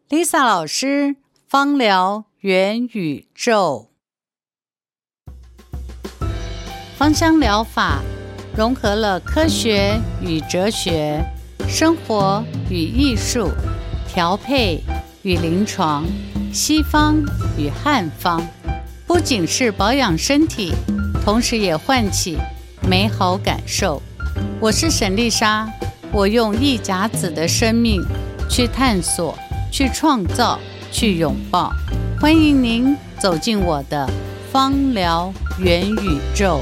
Lisa 老师芳疗元宇宙，芳香疗法融合了科学与哲学，生活与艺术，调配与临床，西方与汉方，不仅是保养身体，同时也唤起美好感受。我是沈丽莎，我用一甲子的生命去探索，去创造，去拥抱。欢迎您走进我的芳疗元宇宙。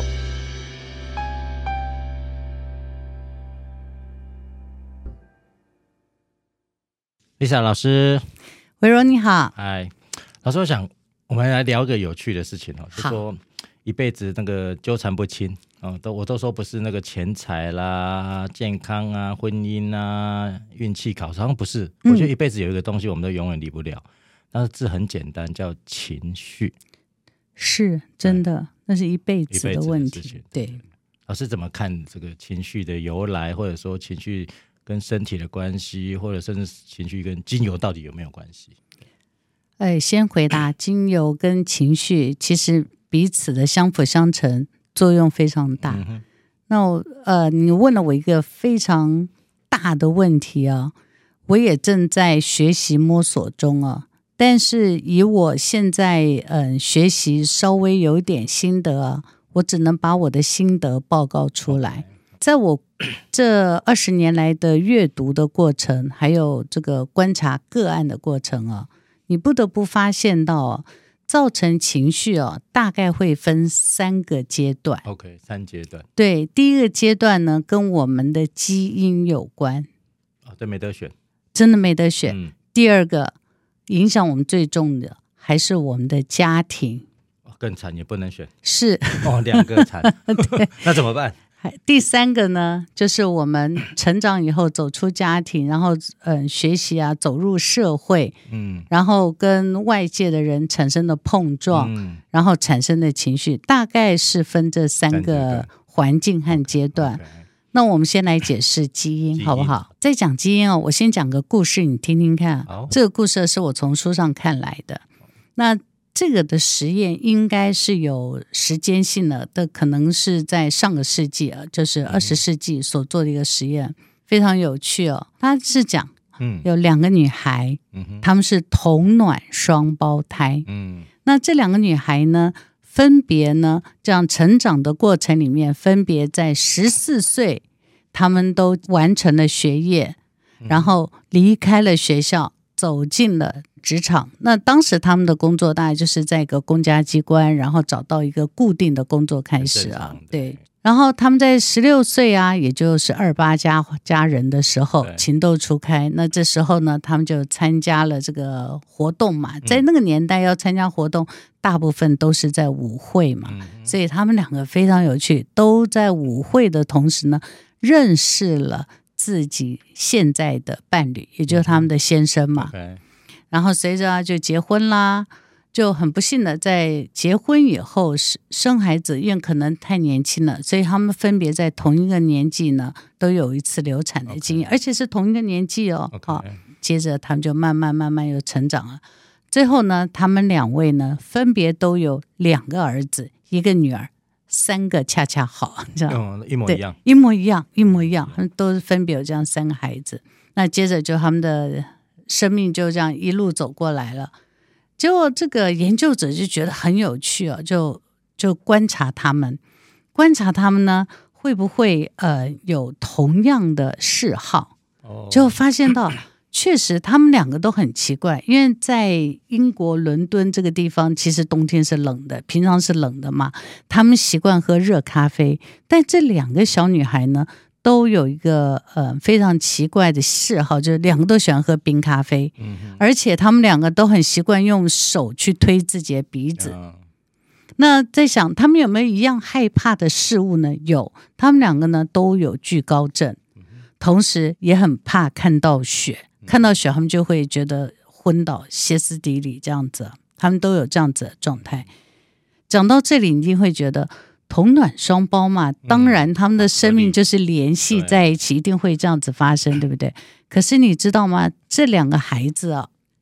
Lisa 老师， 维柔你好。 嗨，老师，我想我们来聊个有趣的事情哦，就说一辈子那个纠缠不清哦，我都说不是那个钱财啦、健康啊、婚姻啊、运气考试，好像不是。我觉得一辈子有一个东西我们都永远离不了，但是字很简单，叫情绪。 是真的，那是一辈子的问题。对， 老师怎么看这个情绪的由来，或者说情绪跟身体的关系，或者甚至情绪跟精油到底有没有关系？ 先回答精油跟情绪其实彼此的相辅相成，作用非常大。那你问了我一个非常大的问题啊，我也正在学习摸索中啊。但是以我现在学习稍微有点心得啊，我只能把我的心得报告出来。在我这20年来的阅读的过程，还有这个观察个案的过程啊，你不得不发现到造成情绪大概会分3个阶段。 OK， 3阶段。对， 第一个阶段呢，跟我们的基因有关。 这没得选， 真的没得选。第二个影响我们最重的还是我们的家庭。 更惨，也不能选。 是 2个惨。对，那怎么办？ 第3个呢，就是我们成长以后走出家庭，然后学习啊，走入社会，然后跟外界的人产生的碰撞，然后产生的情绪，大概是分这3个环境和阶段。那我们先来解释基因好不好？在讲基因我先讲个故事你听听看。这个故事是我从书上看来的。那这个的实验应该是有时间性的，可能是在上个世纪就是20世纪所做的一个实验，非常有趣他是讲有2个女孩，她们是同卵双胞胎。那这2个女孩呢，分别呢这样成长的过程里面，分别在14岁她们都完成了学业，然后离开了学校，走进了职场。那当时他们的工作大概就是在一个公家机关，然后找到一个固定的工作开始对。然后他们在16岁也就是28家人的时候情窦初开。那这时候呢，他们就参加了这个活动嘛。在那个年代要参加活动，大部分都是在舞会嘛。所以他们2个非常有趣，都在舞会的同时呢，认识了自己现在的伴侣，也就是他们的先生嘛。然后随着就结婚啦，就很不幸的在结婚以后生孩子，因为可能太年轻了，所以他们分别在同一个年纪呢都有一次流产的经验，而且是同一个年纪接着他们就慢慢又成长了。最后呢，他们2位呢分别都有2个儿子1个女儿，3个恰恰好， 一模一样， 一模一样，都是分别有这样3个孩子。那接着就他们的生命就这样一路走过来了。结果这个研究者就觉得很有趣就观察他们呢会不会有同样的嗜好。就发现到确实他们2个都很奇怪，因为在英国伦敦这个地方其实冬天是冷的，平常是冷的嘛，他们习惯喝热咖啡。但这2个小女孩呢都有一个非常奇怪的嗜好，就是2个都喜欢喝冰咖啡。而且他们2个都很习惯用手去推自己的鼻子。那在想他们有没有一样害怕的事物呢？有，他们2个呢都有惧高症，同时也很怕看到雪，他们就会觉得昏倒歇斯底里这样子，他们都有这样子的状态。讲到这里你一定会觉得同卵双胞嘛，当然他们的生命就是联系在一起，一定会这样子发生，对不对？可是你知道吗？这2个孩子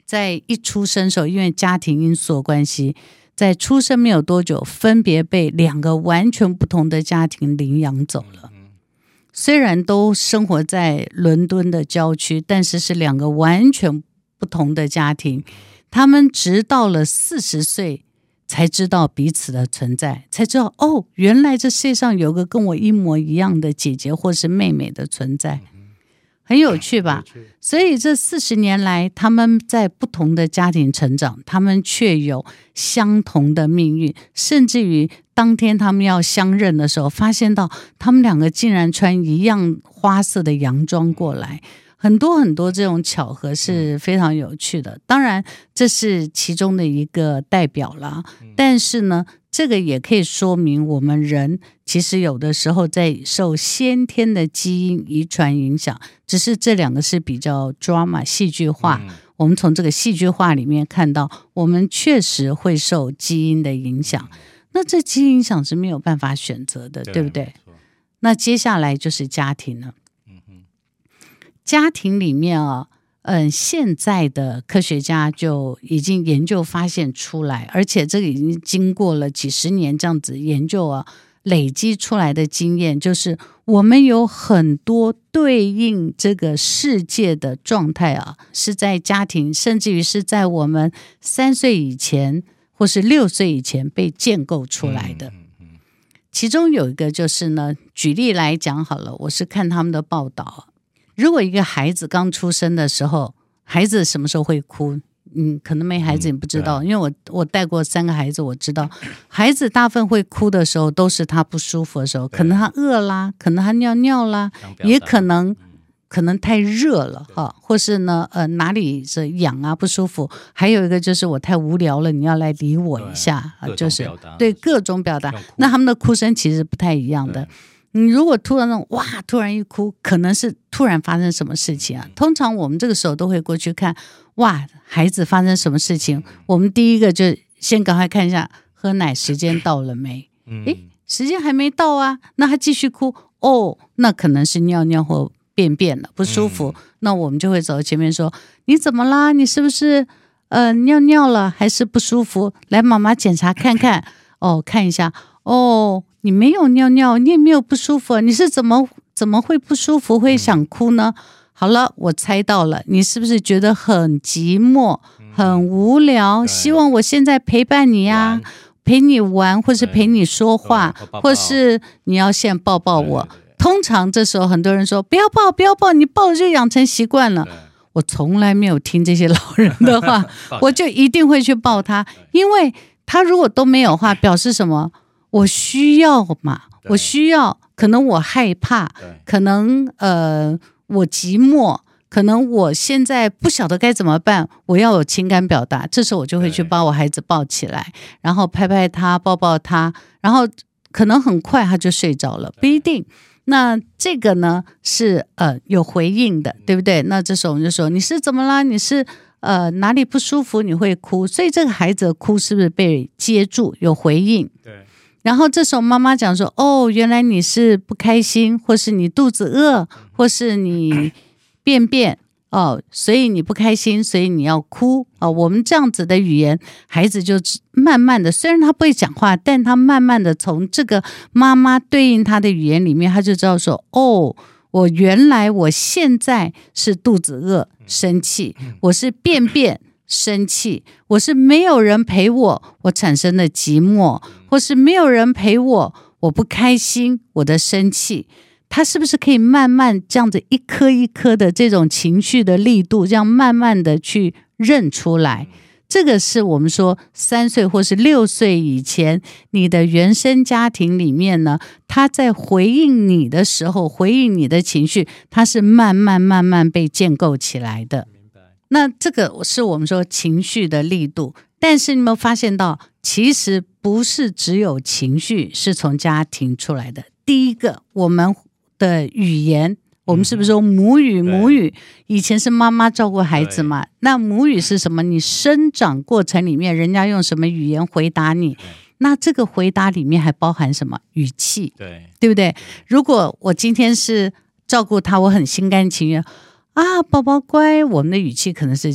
在一出生的时候，因为家庭因素的关系，在出生没有多久，分别被2个完全不同的家庭领养走了。虽然都生活在伦敦的郊区，但是是2个完全不同的家庭。他们直到了40岁才知道彼此的存在，才知道哦，原来这世界上有个跟我一模一样的姐姐或是妹妹的存在。很有趣吧？所以这40年来，他们在不同的家庭成长，他们却有相同的命运，甚至于当天他们要相认的时候，发现到他们2个竟然穿一样花色的洋装过来。很多很多这种巧合是非常有趣的，当然这是其中的一个代表啦。但是呢，这个也可以说明我们人其实有的时候在受先天的基因遗传影响，只是这2个是比较 drama 戏剧化。我们从这个戏剧化里面看到，我们确实会受基因的影响。那这基因影响是没有办法选择的，对不对？那接下来就是家庭了。家庭里面啊，现在的科学家就已经研究发现出来，而且这个已经经过了几十年这样子研究啊，累积出来的经验，就是我们有很多对应这个世界的状态啊，是在家庭，甚至于是在我们3岁以前或是6岁以前被建构出来的。其中有一个就是呢，举例来讲好了，我是看他们的报道。如果一个孩子刚出生的时候，孩子什么时候会哭？可能没孩子你不知道，因为我带过3个孩子，我知道孩子大部分会哭的时候都是他不舒服的时候，可能他饿啦，可能他尿尿啦，也可能太热了哈，或是呢哪里是痒啊不舒服，还有一个就是我太无聊了，你要来理我一下，就是对各种表达。那他们的哭声其实不太一样的。你如果突然那种哇，突然一哭，可能是突然发生什么事情啊？通常我们这个时候都会过去看，哇，孩子发生什么事情？我们第一个就先赶快看一下喝奶时间到了没？时间还没到啊，那他继续哭，哦，那可能是尿尿或便便了，不舒服。那我们就会走到前面说，你怎么啦？你是不是尿尿了还是不舒服？来，妈妈检查看看。哦，看一下，哦。你没有尿尿，你也没有不舒服，你是怎么会不舒服，会想哭呢？好了，我猜到了，你是不是觉得很寂寞、很无聊？希望我现在陪伴你呀，陪你玩，或是陪你说话，或是你要先抱抱我。通常这时候很多人说不要抱，不要抱，你抱了就养成习惯了。我从来没有听这些老人的话，我就一定会去抱他，因为他如果都没有话，表示什么？我需要嘛，我需要，可能我害怕，可能我寂寞，可能我现在不晓得该怎么办，我要有情感表达，这时候我就会去把我孩子抱起来，然后拍拍他，抱抱他，然后可能很快他就睡着了，不一定。那这个呢是有回应的，对不对？那这时候我们就说你是怎么啦？你是哪里不舒服？你会哭，所以这个孩子的哭是不是被接住，有回应？对。然后这时候妈妈讲说，哦，原来你是不开心，或是你肚子饿，或是你便便哦，所以你不开心，所以你要哭哦。我们这样子的语言，孩子就慢慢的，虽然他不会讲话，但他慢慢的从这个妈妈对应他的语言里面，他就知道说，哦，原来我现在是肚子饿生气，我是便便生气，我是没有人陪我产生的寂寞，或是没有人陪我不开心，我的生气，他是不是可以慢慢这样子一颗一颗的这种情绪的力度，这样慢慢的去认出来？这个是我们说3岁或是6岁以前，你的原生家庭里面呢，他在回应你的时候，回应你的情绪，它是慢慢被建构起来的。那这个是我们说情绪的力度，但是你有没有发现到，其实不是只有情绪是从家庭出来的。第一个，我们的语言，我们是不是说母语？母语以前是妈妈照顾孩子嘛？那母语是什么？你生长过程里面，人家用什么语言回答你？那这个回答里面还包含什么？语气，对不对？如果我今天是照顾他，我很心甘情愿啊，宝宝乖，我们的语气可能是这样。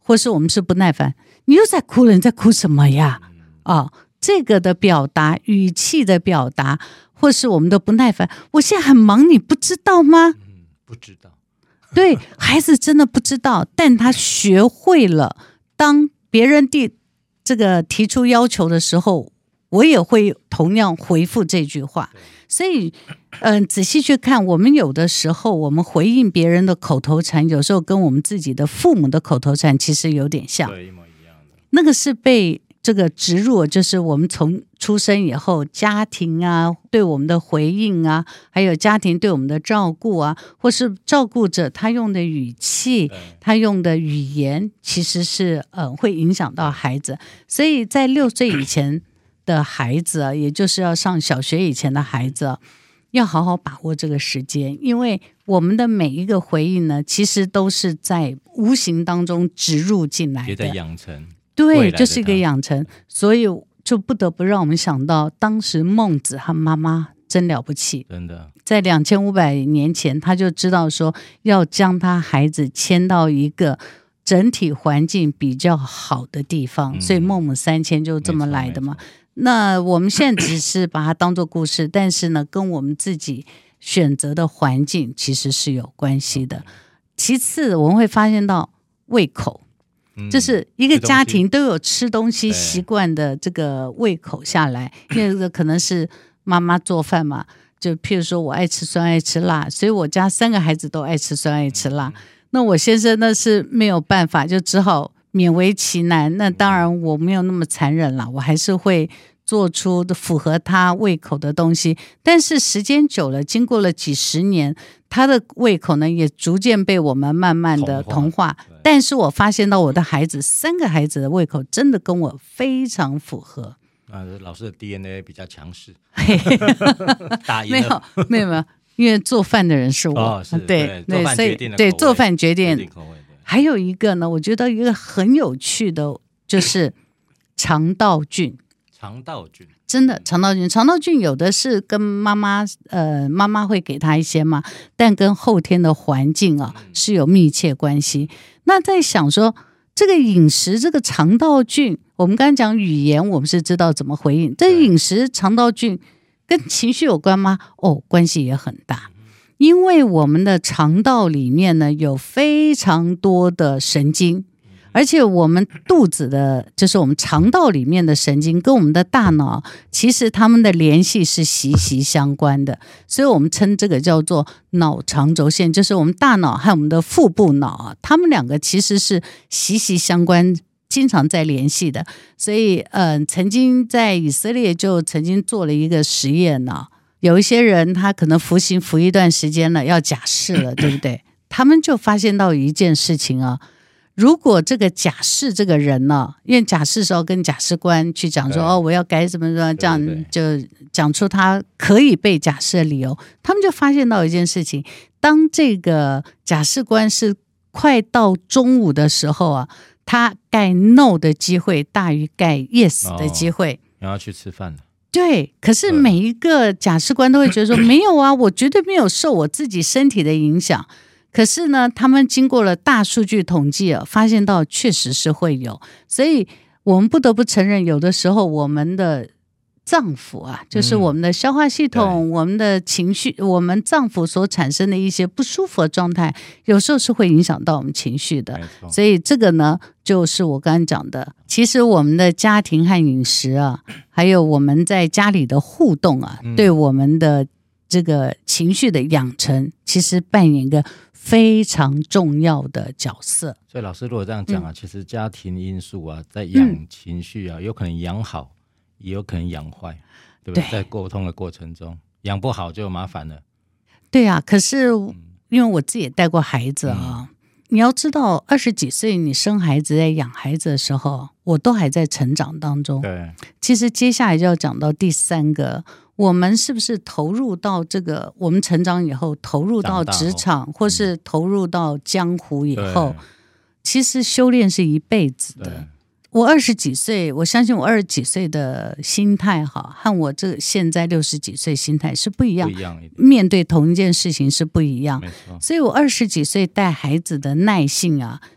或是我们是不耐烦，你又在哭了，你在哭什么呀？这个的表达，语气的表达，或是我们的不耐烦，我现在很忙，你不知道吗？ 不知道。 对，孩子真的不知道，但他学会了，当别人提出要求的时候，我也会同样回复这句话。所以仔细去看，我们有的时候我们回应别人的口头禅，有时候跟我们自己的父母的口头禅其实有点像， 对，一模一样的。 那个是被这个植入，就是我们从出生以后，家庭啊对我们的回应啊，还有家庭对我们的照顾啊，或是照顾者他用的语气，他用的语言，其实是会影响到孩子。所以在6岁以前的孩子啊，也就是要上小学以前的孩子啊，要好好把握这个时间，因为我们的每一个回应呢，其实都是在无形当中植入进来的， 也在养成。 对，就是一个养成，所以就不得不让我们想到，当时孟子和妈妈真了不起， 真的，在 2500年前，他就知道说要将他孩子迁到一个整体环境比较好的地方，所以孟母3000就这么来的嘛。那我们现在只是把它当作故事，但是呢，跟我们自己选择的环境其实是有关系的。其次，我们会发现到胃口。就是一个家庭都有吃东西习惯的这个胃口下来，因为这个可能是妈妈做饭嘛，就譬如说我爱吃酸爱吃辣，所以我家3个孩子都爱吃酸爱吃辣，那我先生那是没有办法，就只好勉为其难。那当然我没有那么残忍啦，我还是会做出符合他胃口的东西，但是时间久了，经过了几十年，他的胃口呢也逐渐被我们慢慢的同化。但是我发现到我的孩子3个孩子的胃口真的跟我非常符合。 老师的 DNA 比较强势， 打赢了没有，因为做饭的人是我，对，所以对做饭决定。还有一个呢，我觉得一个很有趣的就是肠道菌。 肠道菌真的，肠道菌有的是跟妈妈会给他一些嘛，但跟后天的环境啊是有密切关系。那在想说这个饮食，这个肠道菌，我们刚才讲语言，我们是知道怎么回应，这饮食肠道菌跟情绪有关吗？关系也很大，因为我们的肠道里面呢有非常多的神经。而且我们肚子的，就是我们肠道里面的神经跟我们的大脑，其实它们的联系是息息相关的，所以我们称这个叫做脑肠轴线，就是我们大脑和我们的腹部脑啊，它们2个其实是息息相关，经常在联系的。所以曾经在以色列就曾经做了一个实验呢，有一些人他可能服刑服一段时间了，要假释了，对不对？他们就发现到一件事情啊，如果这个假释这个人呢，因为假释时候跟假释官去讲说我要改怎么这样，就讲出他可以被假释的理由，他们就发现到一件事情，当这个假释官是快到中午的时候啊，他盖 no 的机会大于盖 yes 的机会， 然后去吃饭了。 对，可是每一个假释官都会觉得说没有啊，我绝对没有受我自己身体的影响。可是呢，他们经过了大数据统计啊，发现到确实是会有，所以我们不得不承认，有的时候我们的脏腑啊，就是我们的消化系统、我们的情绪，我们脏腑所产生的一些不舒服的状态，有时候是会影响到我们情绪的。所以这个呢，就是我刚刚讲的，其实我们的家庭和饮食啊，还有我们在家里的互动啊，对我们的这个情绪的养成，其实扮演一个非常重要的角色。 所以老师如果这样讲啊，其实家庭因素啊，在养情绪啊，有可能养好，也有可能养坏，对不对？在沟通的过程中，养不好就麻烦了。 对啊，可是因为我自己也带过孩子啊，你要知道20几岁你生孩子在养孩子的时候，我都还在成长当中。 对， 其实接下来就要讲到第3个，我们是不是投入到这个，我们成长以后投入到职场，或是投入到江湖以后，其实修炼是一辈子的。我20几岁，我相信我20几岁的心态和我这现在60几岁心态是不一样，面对同一件事情是不一样。所以我20几岁带孩子的耐性啊，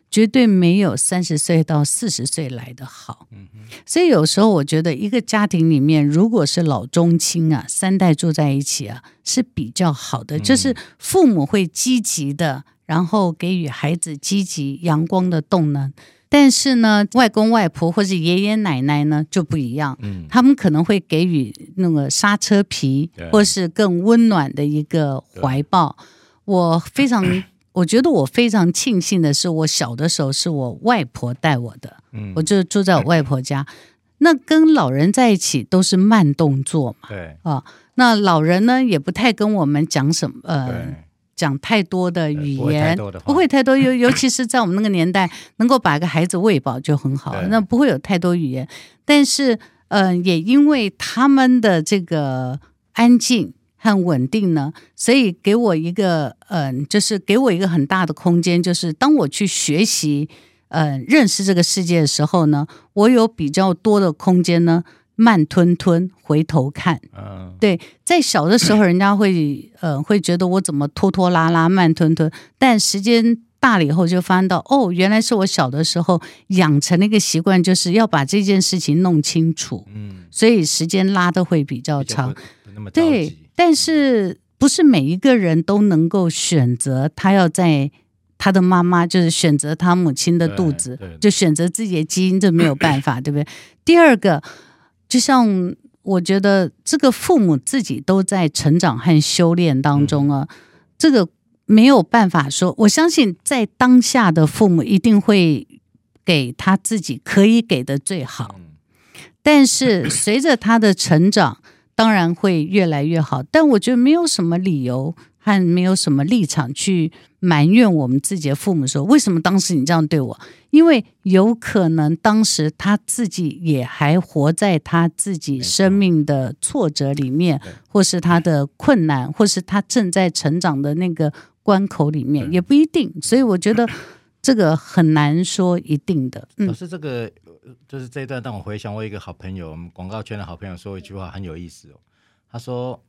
绝对没有30岁到40岁来得好。所以有时候我觉得一个家庭里面如果是老中青啊，3代住在一起啊，是比较好的，就是父母会积极的，然后给予孩子积极阳光的动能。但是呢，外公外婆或是爷爷奶奶呢就不一样，他们可能会给予那个刹车皮，或是更温暖的一个怀抱。我觉得我非常庆幸的是，我小的时候是我外婆带我的，我就住在我外婆家。那跟老人在一起都是慢动作嘛， 对啊，那老人呢也不太跟我们讲什么讲太多的语言，不会太多，尤其是在我们那个年代，能够把一个孩子喂饱就很好，那不会有太多语言。但是也因为他们的这个安静和稳定呢，所以给我一个就是给我一个很大的空间，就是当我去学习认识这个世界的时候呢，我有比较多的空间呢，慢吞吞回头看。对，在小的时候人家会觉得我怎么拖拖拉拉慢吞吞，但时间大了以后就发现到，原来是我小的时候养成了一个习惯，就是要把这件事情弄清楚，所以时间拉得会比较长。对，但是不是每一个人都能够选择他要在他的妈妈，就是选择他母亲的肚子，就选择自己的基因，这没有办法，对不对？第二个，就像我觉得这个父母自己都在成长和修炼当中啊，这个没有办法说，我相信在当下的父母一定会给他自己可以给的最好，但是随着他的成长当然会越来越好，但我觉得没有什么理由和没有什么立场去埋怨我们自己的父母说为什么当时你这样对我，因为有可能当时他自己也还活在他自己生命的挫折里面，或是他的困难，或是他正在成长的那个关口里面，也不一定。所以我觉得这个很难说一定的。 老师，这个就是这一段让我回想我一个好朋友，我们广告圈的好朋友说一句话很有意思哦。他说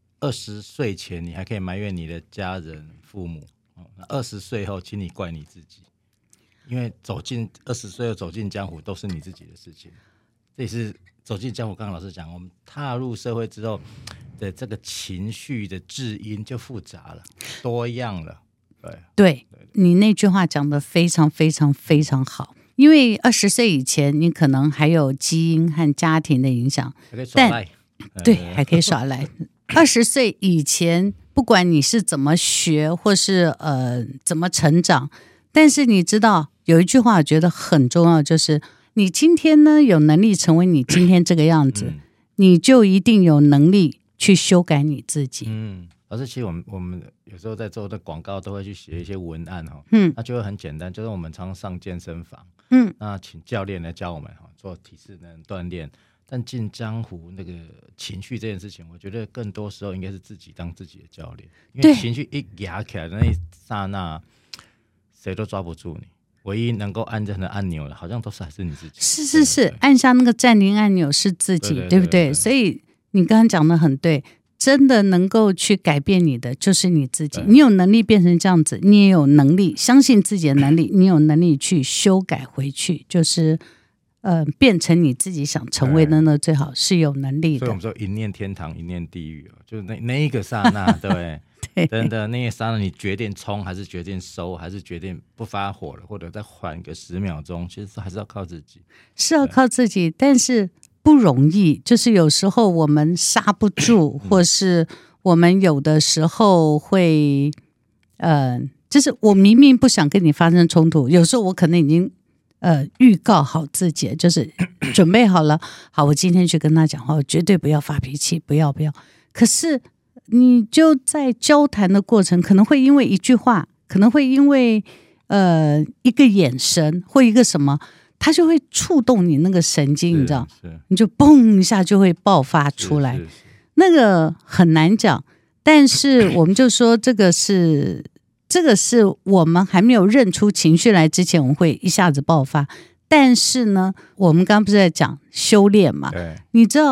20岁前你还可以埋怨你的家人父母，20岁后请你怪你自己，因为20岁后走进江湖都是你自己的事情。这也是走进江湖，刚刚老师讲，我们踏入社会之后的这个情绪的至因就复杂了，多样了。 对，你那句话讲得非常非常非常好。因为20岁以前你可能还有基因和家庭的影响， 还可以耍赖， 对，还可以耍赖。20岁以前不管你是怎么学或是怎么成长，但是你知道有一句话我觉得很重要，就是你今天呢有能力成为你今天这个样子，你就一定有能力去修改你自己。 老师，其实我们有时候在做的广告都会去写一些文案那就会很简单，就是我们常上健身房，那请教练来教我们做体适能锻炼，但进江湖那个情绪这件事情，我觉得更多时候应该是自己当自己的教练，因为情绪一压起来的那一刹那，谁都抓不住你，唯一能够按着的按钮了，好像都是还是你自己。 是，按下那个暂停按钮是自己，对不对？所以你刚刚讲的很对。真的能够去改变你的就是你自己，你有能力变成这样子，你也有能力相信自己的能力，你有能力去修改回去，就是变成你自己想成为的那最好是有能力的。 所以我们说一念天堂一念地狱，就是那一个刹那对真的那一刹那，你决定冲还是决定收，还是决定不发火了，或者再缓个10秒钟，其实还是要靠自己，是要靠自己， 但是不容易，就是有时候我们刹不住，或是我们有的时候会就是我明明不想跟你发生冲突，有时候我可能已经预告好自己，就是准备好了，好，我今天去跟他讲话，我绝对不要发脾气，不要。可是你就在交谈的过程，可能会因为一句话，可能会因为一个眼神或一个什么，它就会触动你那个神经，你知道，你就嘣一下就会爆发出来，那个很难讲。但是我们就说这个是我们还没有认出情绪来之前，我们会一下子爆发。但是呢，我们刚刚不是在讲修炼嘛？你知道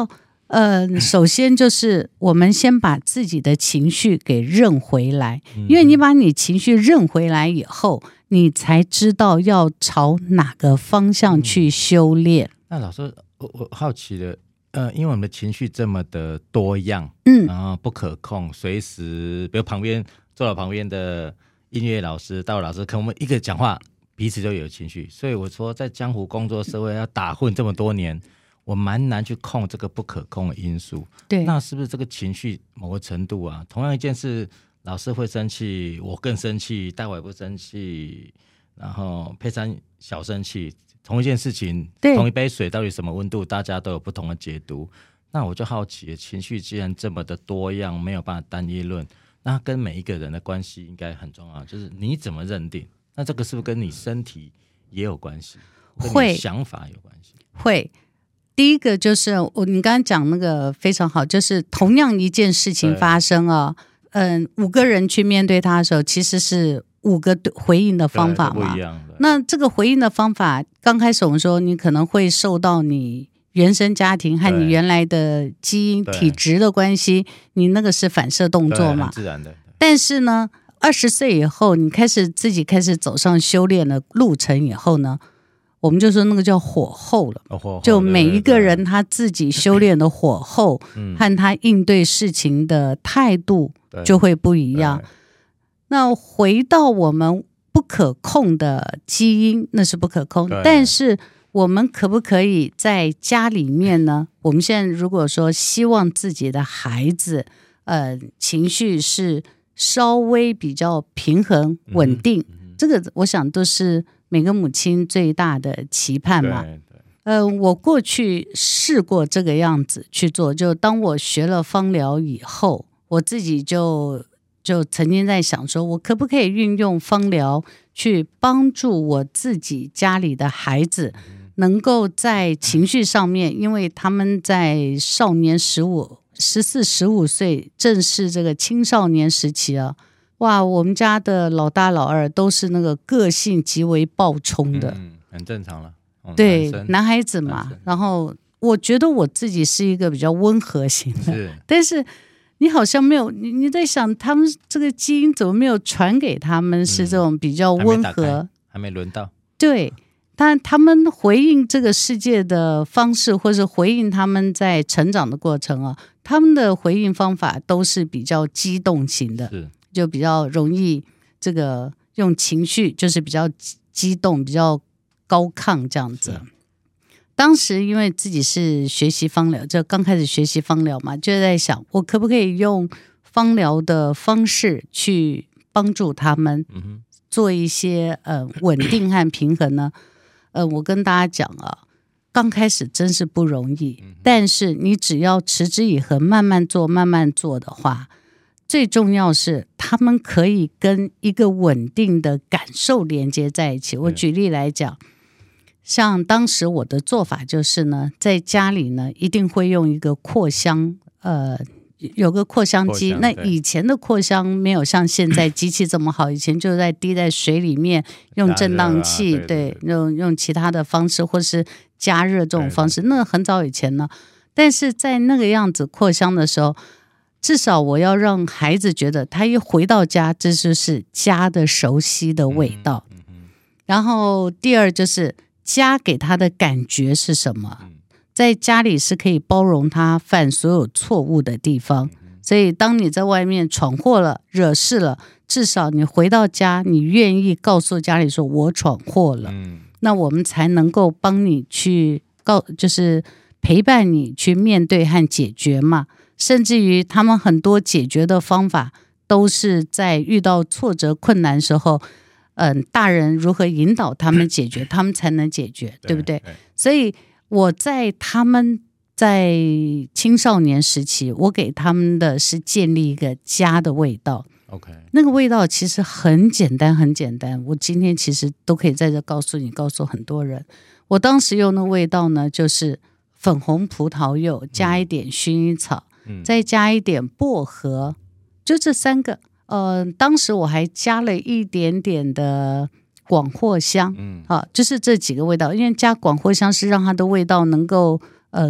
首先就是我们先把自己的情绪给认回来，因为你把你情绪认回来以后，你才知道要朝哪个方向去修炼。 那老师，我好奇的，因为我们的情绪这么的多样，然后不可控，随时，比如坐到旁边的音乐老师、道老师，可能我们一个讲话，彼此就有情绪。所以我说，在江湖工作社会要打混这么多年，我蛮难去控这个不可控的因素。 对， 那是不是这个情绪某个程度啊，同样一件事，老师会生气，我更生气，待会不生气，然后佩珊小生气，同一件事情，同一杯水到底什么温度，大家都有不同的解读。那我就好奇，情绪既然这么的多样，没有办法单一论，那跟每一个人的关系应该很重要，就是你怎么认定？那这个是不是跟你身体也有关系？跟你想法有关系？ 会。第一个就是你刚刚讲那个非常好，就是同样一件事情发生啊，5个人去面对它的时候，其实是5个回应的方法嘛。 不一样的。 那这个回应的方法，刚开始我们说你可能会受到你原生家庭和你原来的基因体质的关系，你那个是反射动作嘛， 很自然的。 但是呢，20岁以后，你自己开始走上修炼的路程以后呢，我们就说那个叫火候了，就每一个人他自己修炼的火候和他应对事情的态度就会不一样。那回到我们不可控的基因，那是不可控，但是我们可不可以在家里面呢？我们现在如果说希望自己的孩子情绪是稍微比较平衡稳定，这个我想都是每个母亲最大的期盼嘛。我过去试过这个样子去做，就当我学了芳疗以后，我自己就曾经在想说，我可不可以运用芳疗去帮助我自己家里的孩子能够在情绪上面，因为他们在少年14、15岁正是这个青少年时期啊，哇，我们家的老大老二都是那个个性极为暴冲的， 很正常了。 对，男孩子嘛。然后我觉得我自己是一个比较温和型的，但是你好像没有，你在想他们这个基因怎么没有传给他们是这种比较温和， 还没轮到。 对，但他们回应这个世界的方式，或是回应他们在成长的过程啊，他们的回应方法都是比较激动型的，就比较容易这个用情绪，就是比较激动，比较高亢这样子。当时因为自己是学习芳疗，就刚开始学习芳疗嘛，就在想我可不可以用芳疗的方式去帮助他们做一些稳定和平衡呢？我跟大家讲啊，刚开始真是不容易，但是你只要持之以恒，慢慢做的话，最重要是他们可以跟一个稳定的感受连接在一起。我举例来讲，像当时我的做法就是呢，在家里呢一定会用一个扩香，有个扩香机。那以前的扩香没有像现在机器这么好，以前就在滴在水里面，用震荡器，对，用其他的方式，或是加热这种方式，那很早以前呢。但是在那个样子扩香的时候，至少我要让孩子觉得他一回到家，这就是家的熟悉的味道。然后第二就是家给他的感觉是什么？在家里是可以包容他犯所有错误的地方，所以当你在外面闯祸了、惹事了，至少你回到家，你愿意告诉家里说我闯祸了，那我们才能够帮你去就是陪伴你去面对和解决嘛。甚至于他们很多解决的方法都是在遇到挫折困难的时候，大人如何引导他们解决，他们才能解决，对不对？所以我在他们在青少年时期，我给他们的是建立一个家的味道。那个味道其实很简单，很简单。我今天其实都可以在这告诉你，告诉很多人。我当时用的味道呢，就是粉红葡萄柚，加一点薰衣草，再加一点薄荷，就这3个。当时我还加了一点点的广藿香，就是这几个味道。因为加广藿香是让它的味道能够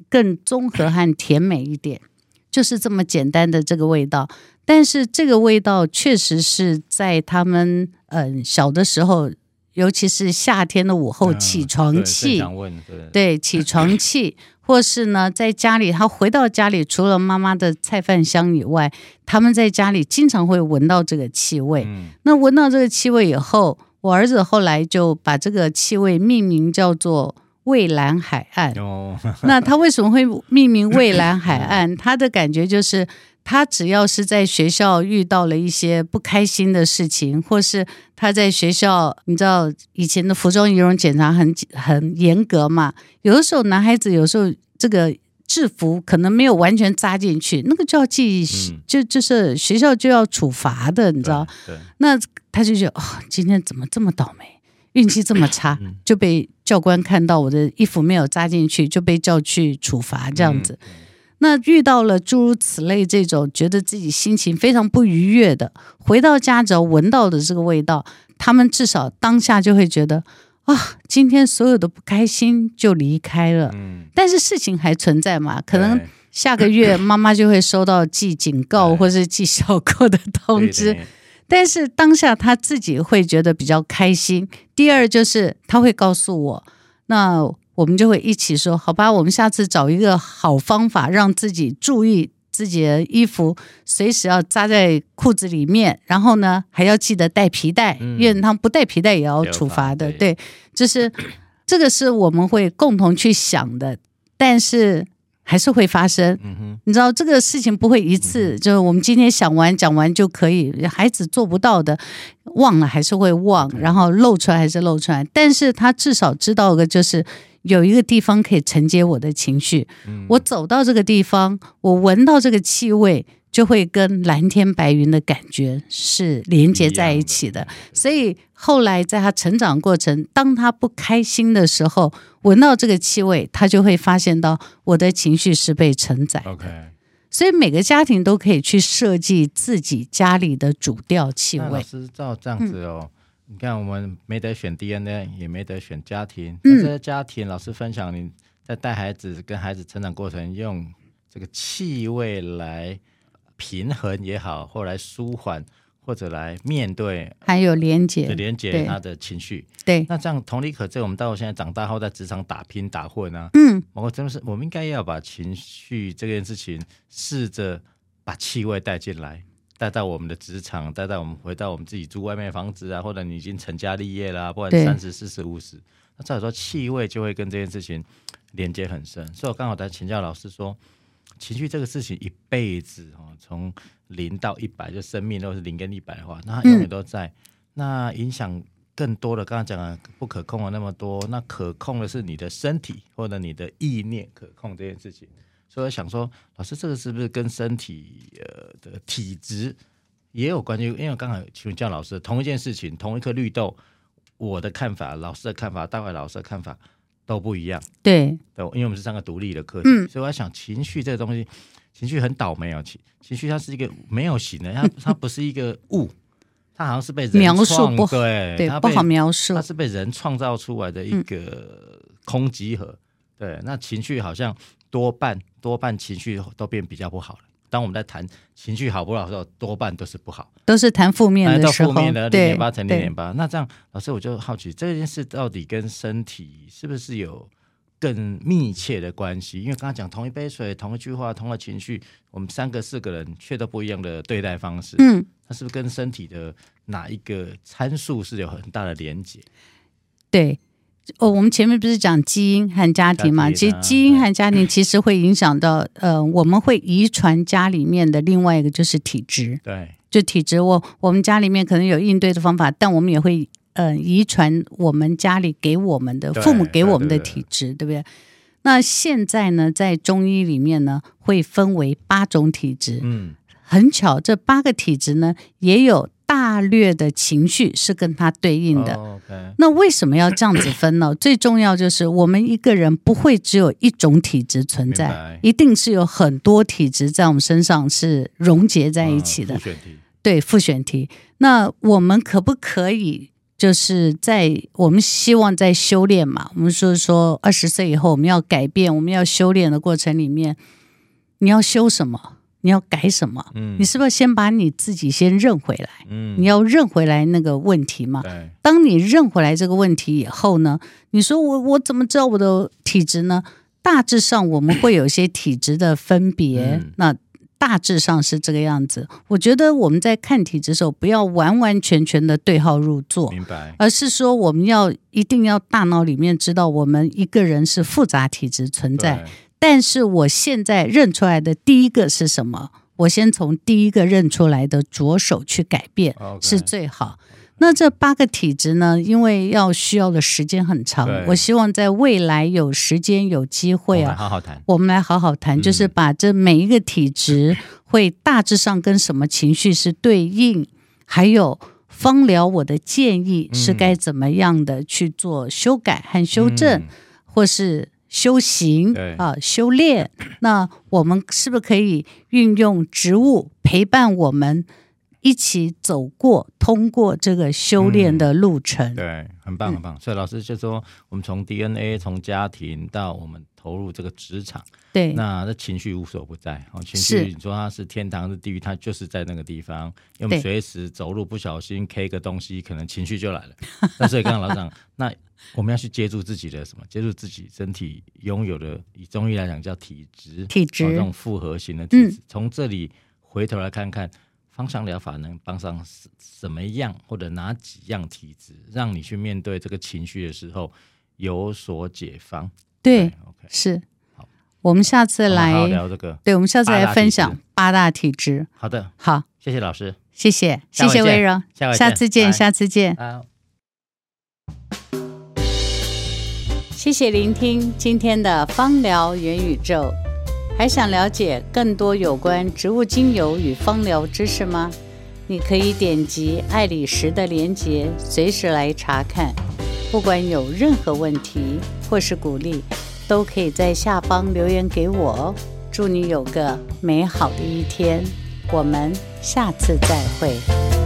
更综合和甜美一点，就是这么简单的这个味道。但是这个味道确实是在他们小的时候，尤其是夏天的午后起床气，对起床气，或是呢在家里，他回到家里，除了妈妈的菜饭香以外，他们在家里经常会闻到这个气味。那闻到这个气味以后，我儿子后来就把这个气味命名叫做蔚蓝海岸。那他为什么会命名蔚蓝海岸？他的感觉就是他只要是在学校遇到了一些不开心的事情，或是他在学校，你知道以前的服装仪容检查很严格嘛，有的时候男孩子有时候这个制服可能没有完全扎进去，那个就要记就是学校就要处罚的，你知道。那他就觉得今天怎么这么倒霉，运气这么差，就被教官看到我的衣服没有扎进去，就被叫去处罚这样子。那遇到了诸如此类这种觉得自己心情非常不愉悦的，回到家只要闻到的这个味道，他们至少当下就会觉得今天所有的不开心就离开了。但是事情还存在嘛，可能下个月妈妈就会收到记警告或是记小过的通知，但是当下他自己会觉得比较开心。第二就是他会告诉我，那我们就会一起说，好吧，我们下次找一个好方法，让自己注意自己的衣服随时要扎在裤子里面，然后呢还要记得带皮带，因为他们不带皮带也要处罚的。对，就是这个是我们会共同去想的，但是还是会发生。你知道这个事情不会一次，就是我们今天想完讲完就可以，孩子做不到的，忘了还是会忘，然后露出来还是露出来，但是他至少知道的就是有一个地方可以承接我的情绪。我走到这个地方，我闻到这个气味，就会跟蓝天白云的感觉是连接在一起的。所以后来在他成长过程，当他不开心的时候，闻到这个气味，他就会发现到我的情绪是被承载的。所以每个家庭都可以去设计自己家里的主调气味。 老师照这样子你看我们没得选 DNA， 也没得选家庭。这些家庭老师分享，你在带孩子跟孩子成长过程，用这个气味来平衡也好，或来舒缓，或者来面对， 还有连结他的情绪。 对， 那这样同理可证，我们到现在长大后在职场打拼打混啊，我们应该要把情绪这件事情试着把气味带进来，带到我们的职场，带到我们回到我们自己住外面的房子啊，或者你已经成家立业啦，不管30、40、50，那照理说气味就会跟这件事情连接很深。所以我刚好在请教老师说，情绪这个事情一辈子从0到100，就生命都是0跟100的话，那它永远都在。那影响更多的，刚刚讲的不可控的那么多，那可控的是你的身体或者你的意念可控这件事情。所以我想说，老师这个是不是跟身体的体质也有关系？因为刚才请教老师，同一件事情，同一颗绿豆，我的看法、老师的看法、大卫老师的看法都不一样。 对， 因为我们是3个独立的课题，所以我在想，情绪这个东西，情绪很倒霉情绪它是一个没有形的，它不是一个物，它好像是被人描述对， 不好描述， 它是被人创造出来的一个空集合。对，那情绪好像多半情绪都变比较不好了。当我们在谈情绪好不好的时候，多半都是不好， 都是谈负面的时候， 负面的0.8乘0.8。那这样，老师我就好奇，这件事到底跟身体是不是有更密切的关系？因为刚刚讲同一杯水、同一句话、同一个情绪，我们3个4个人却都不一样的对待方式。它是不是跟身体的哪一个参数是有很大的连结？ 对。我们前面不是讲基因和家庭嘛？其实基因和家庭其实会影响到我们会遗传家里面的另外一个就是体质。 对， 就体质，我们家里面可能有应对的方法，但我们也会遗传我们家里给我们的父母给我们的体质， 对不对？那现在呢，在中医里面呢，会分为8种体质。很巧，这8个体质呢，也有大略的情绪是跟它对应的。那为什么要这样子分呢？最重要就是我们一个人不会只有一种体质存在，一定是有很多体质在我们身上是溶结在一起的。 复选题。 对，复选题。那我们可不可以就是我们希望在修炼嘛，我们说20岁以后我们要改变，我们要修炼的过程里面，你要修什么？你要改什么？你是不是先把你自己先认回来？你要认回来那个问题嘛。当你认回来这个问题以后呢，你说我怎么知道我的体质呢？大致上我们会有一些体质的分别，那大致上是这个样子。我觉得我们在看体质的时候，不要完完全全的对号入座， 明白， 而是说我们一定要大脑里面知道我们一个人是复杂体质存在。但是我现在认出来的第一个是什么？我先从第一个认出来的着手去改变，是最好。那这8个体质呢，因为需要的时间很长，我希望在未来有时间有机会我们来好好谈，就是把这每一个体质会大致上跟什么情绪是对应，还有芳疗我的建议是该怎么样的去做修改和修正，或是修行修炼。那我们是不是可以运用植物陪伴我们一起通过这个修炼的路程？ 对，很棒很棒。所以老师就说，我们从 DNA 从家庭到我们投入这个职场， 对， 那情绪无所不在。情绪你说它是天堂是地狱，它就是在那个地方。因为我们随时走路不小心 K 个东西，可能情绪就来了。那所以刚刚老师讲，那我们要去接住自己的什么？接住自己身体拥有的，以中医来讲叫体质，这种复合型的体质。从这里回头来看看，芳香疗法能帮上什么样或者哪几样体质，让你去面对这个情绪的时候有所解放。 对，是。我们下次来好好聊这个。 对，我们下次来分享8大体质。 好的， 好， 谢谢老师， 谢谢威柔，下次见。谢谢聆听今天的芳疗元宇宙。还想了解更多有关植物精油与芳疗知识吗？你可以点击爱理石的连结，随时来查看。不管有任何问题或是鼓励，都可以在下方留言给我哦。祝你有个美好的一天，我们下次再会。